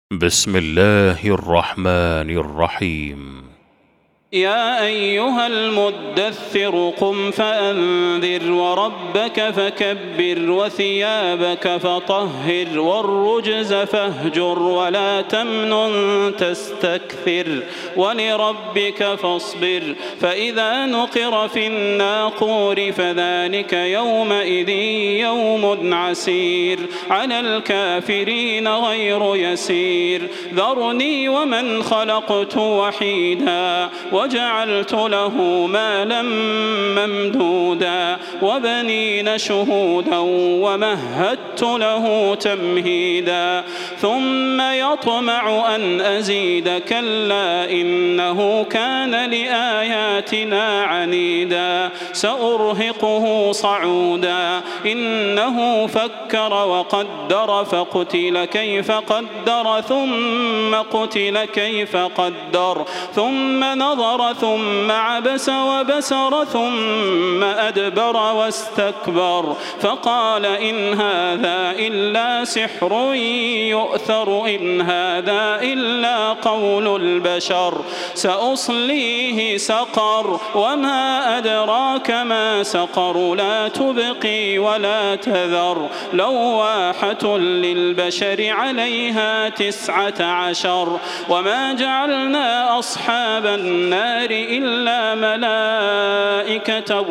بسم الله الرحمن الرحيم. يا أيها المدثر قم فأنذر وربك فكبر وثيابك فطهر والرجز فاهجر ولا تمنن تستكثر ولربك فاصبر فإذا نقر في الناقور فذلك يومئذ يوم عسير على الكافرين غير يسير ذرني ومن خلقت وحيدا وجعلت له مالا ممدودا وبنين شهودا ومهدت له تمهيدا ثم يطمع أن أزيد كلا إنه كان لآياتنا عنيدا سأرهقه صعودا إنه فكر وقدر فقتل كيف قدر ثم قتل كيف قدر ثم نظر ثم عبس وبسر ثم أدبر واستكبر فقال إن هذا إلا سحر يؤثر إن هذا إلا قول البشر سأصليه سقر وما أدراك ما سقر لا تبقي ولا تذر لواحة للبشر عليها 19 وما جعلنا أصحاب النار إلا ملائكة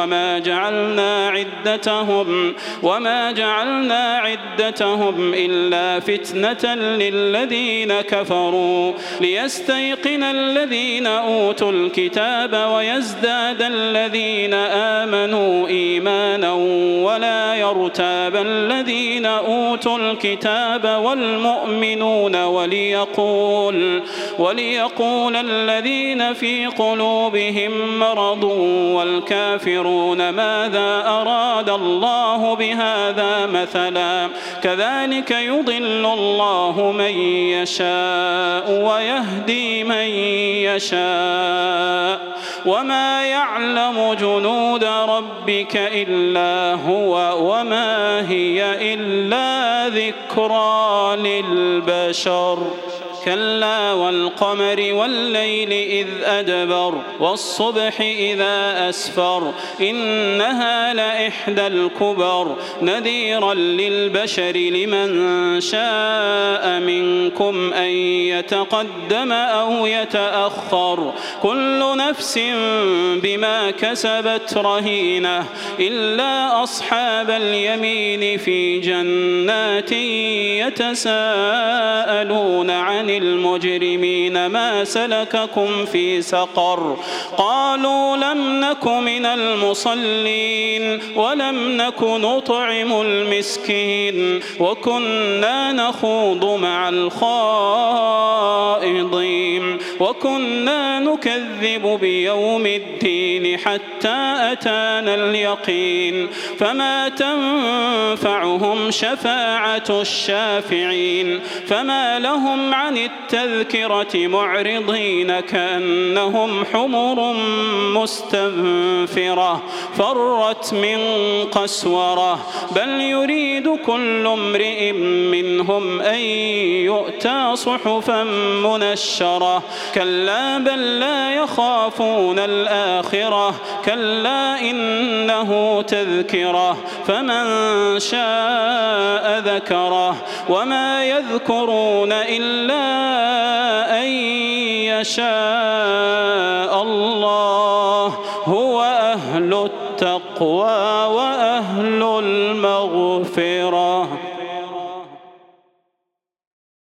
وما جعلنا عدتهم إلا فتنة للذين كفروا ليستيقن الذين أوتوا الكتاب ويزداد الذين آمنوا إيمانا ولا يرتاب الذين أوتوا الكتاب والمؤمنون وليقول الذين في قلوبهم مرض والكافرون ماذا أراد الله بهذا مثلا كذلك يضل الله من يشاء ويهدي من يشاء وما يعلم جنود ربك إلا هو وما هي إلا ذكرى للبشر كلا والقمر والليل إذ أدبر والصبح إذا أسفر إنها لإحدى الكبر نذيرا للبشر لمن شاء منكم أن يتقدم أو يتأخر كل نفس بما كسبت رهينة إلا أصحاب اليمين في جنات يتساءلون عن المجرمين ما سلككم في سقر قالوا لم نك من المصلين ولم نك نطعم المسكين وكنا نخوض مع الخائضين وكنا نكذب بيوم الدين حتى أتانا اليقين فما تنفعهم شفاعة الشافعين فما لهم عن التذكرة معرضين كأنهم حمر مستنفرة فرت من قسورة بل يريد كل امرئ منهم أن يؤتى صحفا منشرة كلا بل لا يخافون الآخرة كلا إنه تذكرة فمن شاء ذكره وما يذكرون إلا أن يشاء الله هو أهل التقوى وأهل المغفرة.